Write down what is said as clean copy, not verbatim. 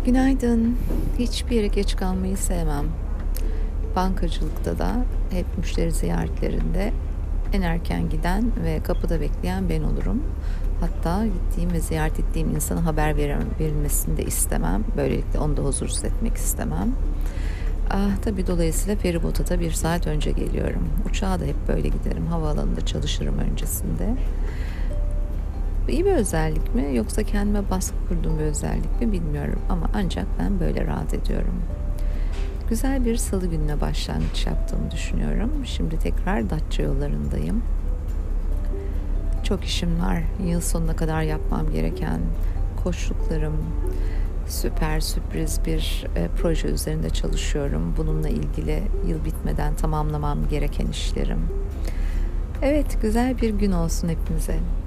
Günaydın. Hiçbir yere geç kalmayı sevmem. Bankacılıkta da hep müşteri ziyaretlerinde en erken giden ve kapıda bekleyen ben olurum. Hatta gittiğim ve ziyaret ettiğim insana verilmesini de istemem. Böylelikle onu da huzursuz etmek istemem. Tabii dolayısıyla feribota da 1 saat önce geliyorum. Uçağa da hep böyle giderim. Havaalanında çalışırım öncesinde. İyi bir özellik mi yoksa kendime baskı kurduğum bir özellik mi bilmiyorum ama ancak ben böyle rahat ediyorum. Güzel bir salı gününe başlangıç yaptığımı düşünüyorum. Şimdi tekrar Datça yollarındayım. Çok işim var. Yıl sonuna kadar yapmam gereken koçluklarım, süper sürpriz bir proje üzerinde çalışıyorum. Bununla ilgili yıl bitmeden tamamlamam gereken işlerim. Evet, güzel bir gün olsun hepimize.